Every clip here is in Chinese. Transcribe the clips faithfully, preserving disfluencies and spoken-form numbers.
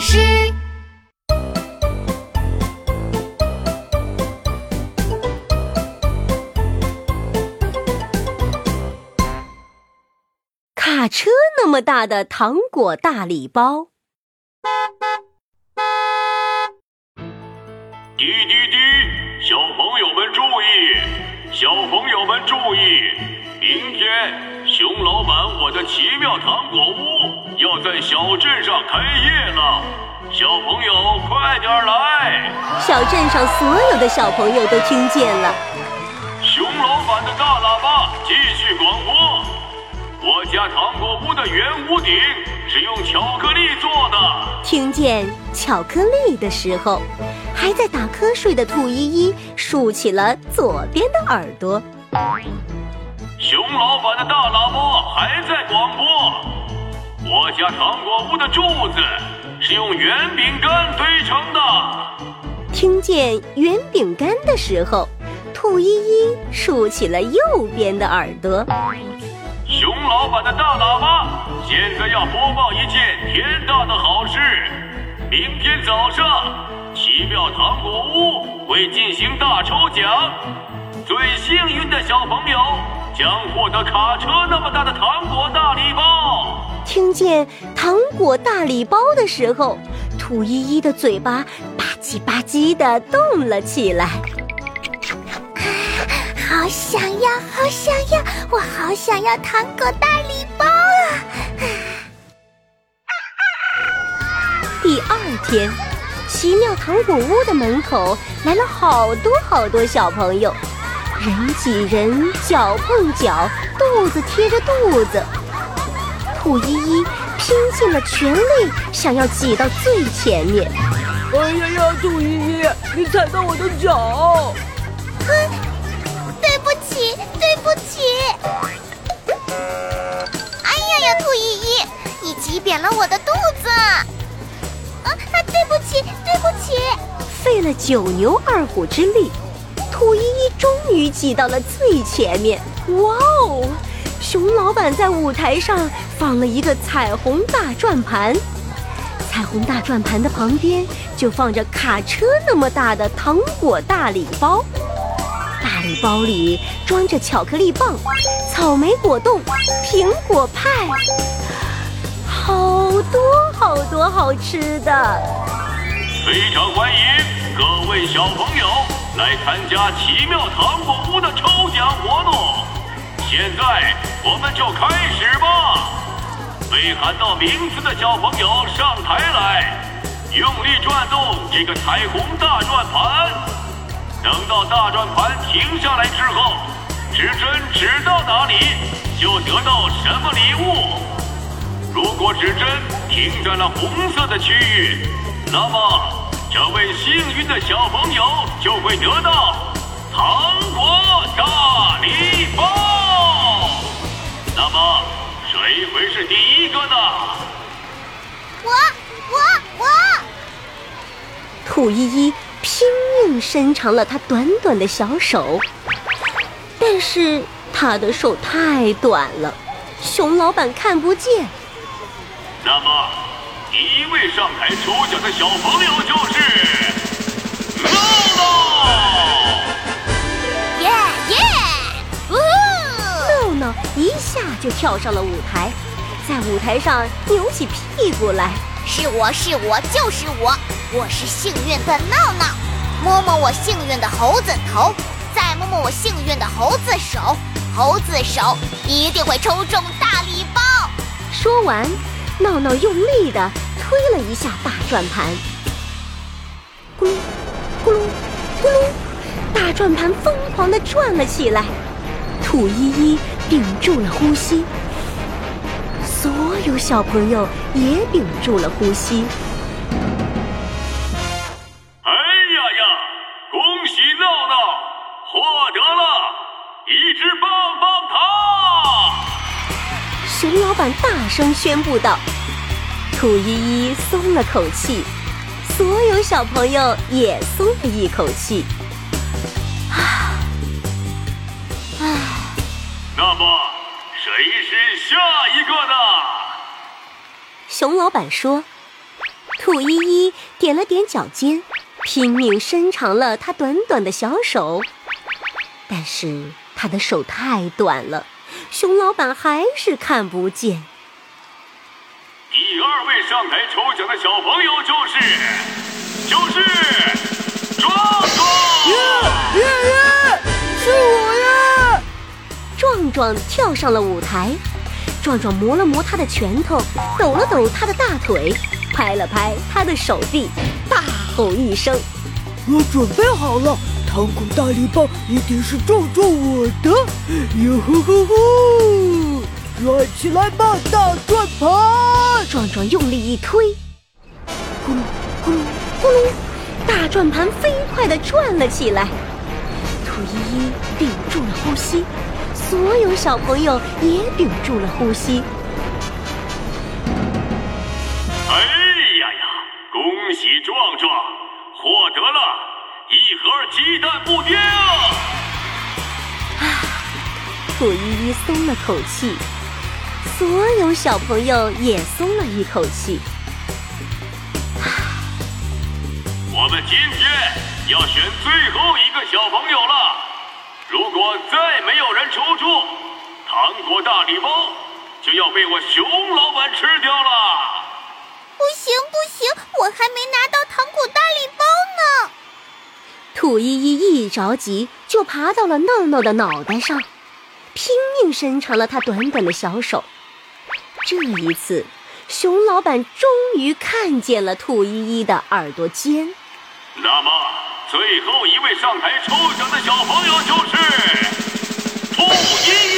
师。 卡车那么大的糖果大礼包。 滴滴滴，小朋友们注意，小朋友们注意，明天熊老板我的奇妙糖果屋要在小镇上开业了，小朋友快点来！ 小镇上所有的小朋友都听见了。 熊老板的大喇叭继续广播，我家糖果屋的圆屋顶是用巧克力做的。 听见巧克力的时候，还在打瞌睡的兔依依竖起了左边的耳朵。 熊老板的大喇叭还在广播，我家糖果屋的柱子是用圆饼干堆成的。 听见圆饼干的时候，兔依依竖起了右边的耳朵。 熊老板的大喇叭现在要播报一件天大的好事，明天早上奇妙糖果屋会进行大抽奖，最幸运的小朋友将获得卡车那么大的糖果大礼包。 听见糖果大礼包的时候，兔依依的嘴巴吧唧吧唧地动了起来。 好想要，好想要，我好想要糖果大礼包啊！ 第二天，奇妙糖果屋的门口来了好多好多小朋友，人挤人，脚碰脚，肚子贴着肚子。兔依依拼尽了全力，想要挤到最前面。 哎呀呀，兔依依，你踩到我的脚！ 嗯对不起，对不起！哎呀呀，兔依依，你挤扁了我的肚子！啊，对不起，对不起！ 费了九牛二虎之力，兔依依终于挤到了最前面。哇哦！熊老板在舞台上放了一个彩虹大转盘，彩虹大转盘的旁边就放着卡车那么大的糖果大礼包。大礼包里装着巧克力棒、草莓果冻、苹果派，好多好多好吃的。 非常欢迎各位小朋友来参加奇妙糖果屋的抽奖活动。现在我们就开始吧！被喊到名字的小朋友上台来，用力转动这个彩虹大转盘。等到大转盘停下来之后，指针指到哪里，就得到什么礼物。如果指针停在了红色的区域，那么这位幸运的小朋友就会得到糖果大礼包。那么谁会是第一个呢？ 我我我！ 兔依依拼命伸长了她短短的小手，但是她的手太短了，熊老板看不见。 那么第一位上台抽奖的小朋友就是闹闹！ 耶耶！呜呼！ 闹闹一下就跳上了舞台，在舞台上扭起屁股来。 是我是我就是我，我是幸运的闹闹。摸摸我幸运的猴子头，再摸摸我幸运的猴子手，猴子手一定会抽中大礼包。 说完，闹闹用力地推了一下大转盘，咕噜咕噜咕噜，大转盘疯狂地转了起来。兔依依屏住了呼吸，所有小朋友也屏住了呼吸。 哎呀呀！恭喜闹闹获得了一只棒棒糖！ 熊老板大声宣布道。兔依依松了口气，所有小朋友也松了一口气。啊啊！ 那么谁是下一个呢？ 熊老板说： 兔依依点了点脚尖，拼命伸长了她短短的小手，但是她的手太短了，熊老板还是看不见。 第二位上台抽奖的小朋友就是就是壮壮。 耶耶耶！是我呀！ 壮壮跳上了舞台，壮壮磨了磨他的拳头，抖了抖他的大腿，拍了拍他的手臂，大吼一声： 我准备好了，糖果大礼包一定是壮壮我的！哟呼呼呼！转起来吧，大转盘！ 壮壮用力一推，咕噜咕噜咕噜，大转盘飞快地转了起来。兔依依屏住了呼吸，所有小朋友也屏住了呼吸。 哎呀呀！恭喜壮壮获得了一盒鸡蛋布丁！ 啊，兔依依松了口气，所有小朋友也松了一口气。 我们今天要选最后一个小朋友了，如果再没有人抽中，糖果大礼包就要被我熊老板吃掉了。 不行不行，我还没拿到糖果大礼包呢。 兔依依一着急就爬到了闹闹的脑袋上，拼命伸长了她短短的小手。这一次，熊老板终于看见了兔依依的耳朵尖。 那么最后一位上台抽奖的小朋友就是兔依依。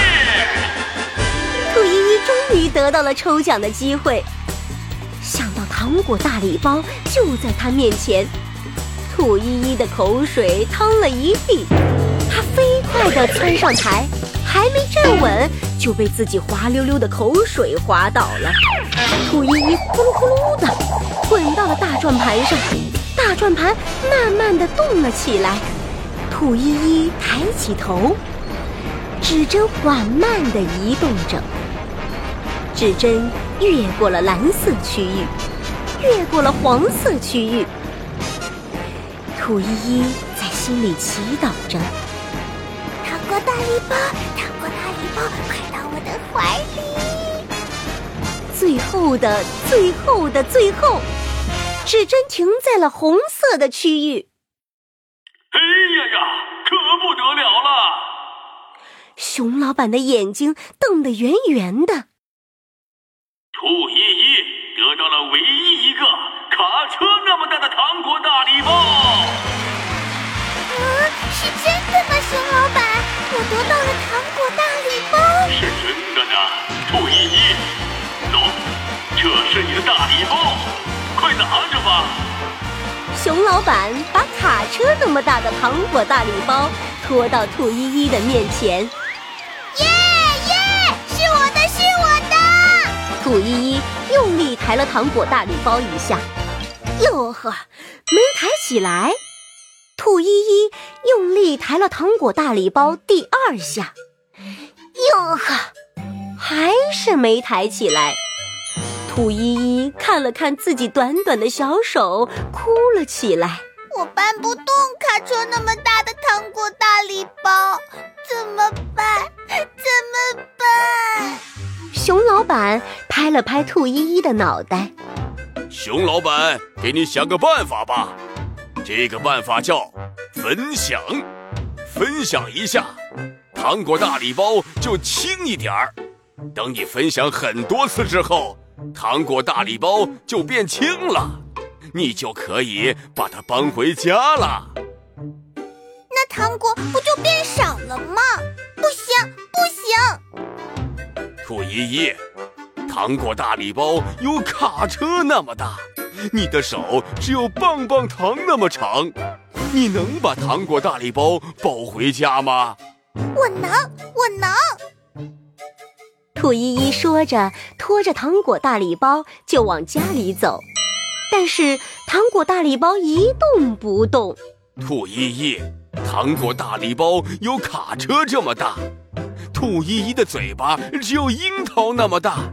兔依依终于得到了抽奖的机会，想到糖果大礼包就在她面前，兔依依的口水淌了一地，她飞快地窜上台，还没站稳就被自己滑溜溜的口水滑倒了。兔依依呼噜呼噜的滚到了大转盘上，大转盘慢慢地动了起来。兔依依抬起头，指针缓慢地移动着，指针越过了蓝色区域，越过了黄色区域。兔依依在心里祈祷着： 糖果大礼包，糖果大礼包，快到我的怀里！ 最后的最后的最后，指针停在了红色的区域。 哎呀呀，可不得了了！ 熊老板的眼睛瞪得圆圆的。 兔依依得到了唯一一个卡车那么大的糖果大礼包。 啊，是真的吗，熊老板？我得到了糖果大礼包。 是真的呢，兔依依。喏，这是你的大礼包，快拿着吧。 熊老板把卡车那么大的糖果大礼包拖到兔依依的面前。 耶耶，是我的，是我的！ 兔依依用力抬了糖果大礼包一下，哟呵，没抬起来。兔依依用力抬了糖果大礼包第二下，哟呵，还是没抬起来。兔依依看了看自己短短的小手，哭了起来。 我搬不动卡车那么大的糖果大礼包，怎么办？怎么办？ 熊老板拍了拍兔依依的脑袋。 熊老板，给你想个办法吧。这个办法叫分享，分享一下，糖果大礼包就轻一点儿。等你分享很多次之后，糖果大礼包就变轻了，你就可以把它搬回家了。 那糖果不就变少了吗？不行，不行！ 兔依依，糖果大礼包有卡车那么大，你的手只有棒棒糖那么长，你能把糖果大礼包抱回家吗？ 我能，我能！ 兔依依说着，拖着糖果大礼包就往家里走，但是糖果大礼包一动不动。 兔依依，糖果大礼包有卡车这么大，兔依依的嘴巴只有樱桃那么大，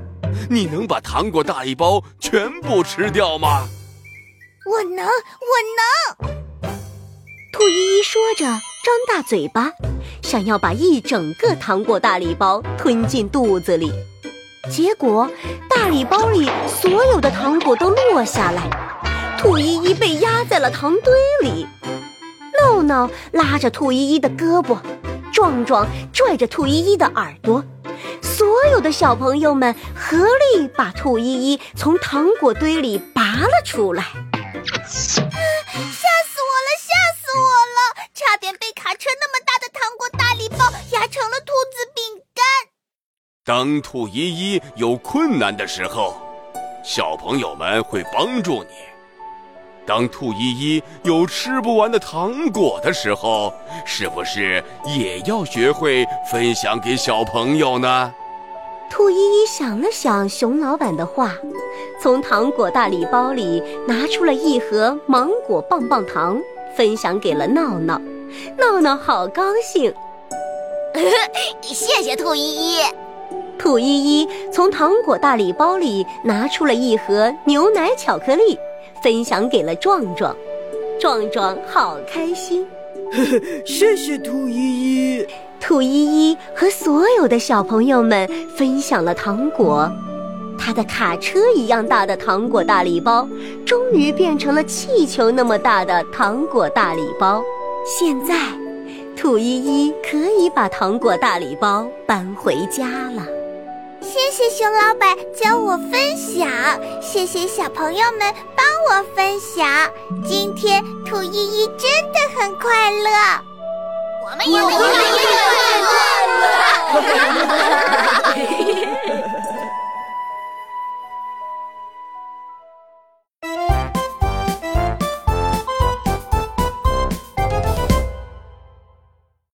你能把糖果大礼包全部吃掉吗？ 我能，我能！ 兔依依说着，张大嘴巴，想要把一整个糖果大礼包吞进肚子里。结果，大礼包里所有的糖果都落下来，兔依依被压在了糖堆里。闹闹拉着兔依依的胳膊，壮壮拽着兔依依的耳朵，所有的小朋友们合力把兔依依从糖果堆里拔了出来。 吓死我了，吓死我了！差点被卡车那么大的糖果大礼包压成了兔子饼干。 当兔依依有困难的时候，小朋友们会帮助你。当兔依依有吃不完的糖果的时候，是不是也要学会分享给小朋友呢？ 兔依依想了想熊老板的话，从糖果大礼包里拿出了一盒芒果棒棒糖，分享给了闹闹。闹闹好高兴。 谢谢兔依依。 兔依依从糖果大礼包里拿出了一盒牛奶巧克力，分享给了壮壮。壮壮好开心。 谢谢兔依依。 兔依依和所有的小朋友们分享了糖果，它的卡车一样大的糖果大礼包终于变成了气球那么大的糖果大礼包。现在兔依依可以把糖果大礼包搬回家了。 谢谢熊老板教我分享，谢谢小朋友们帮我分享。今天兔依依真的很快乐，我们也快乐。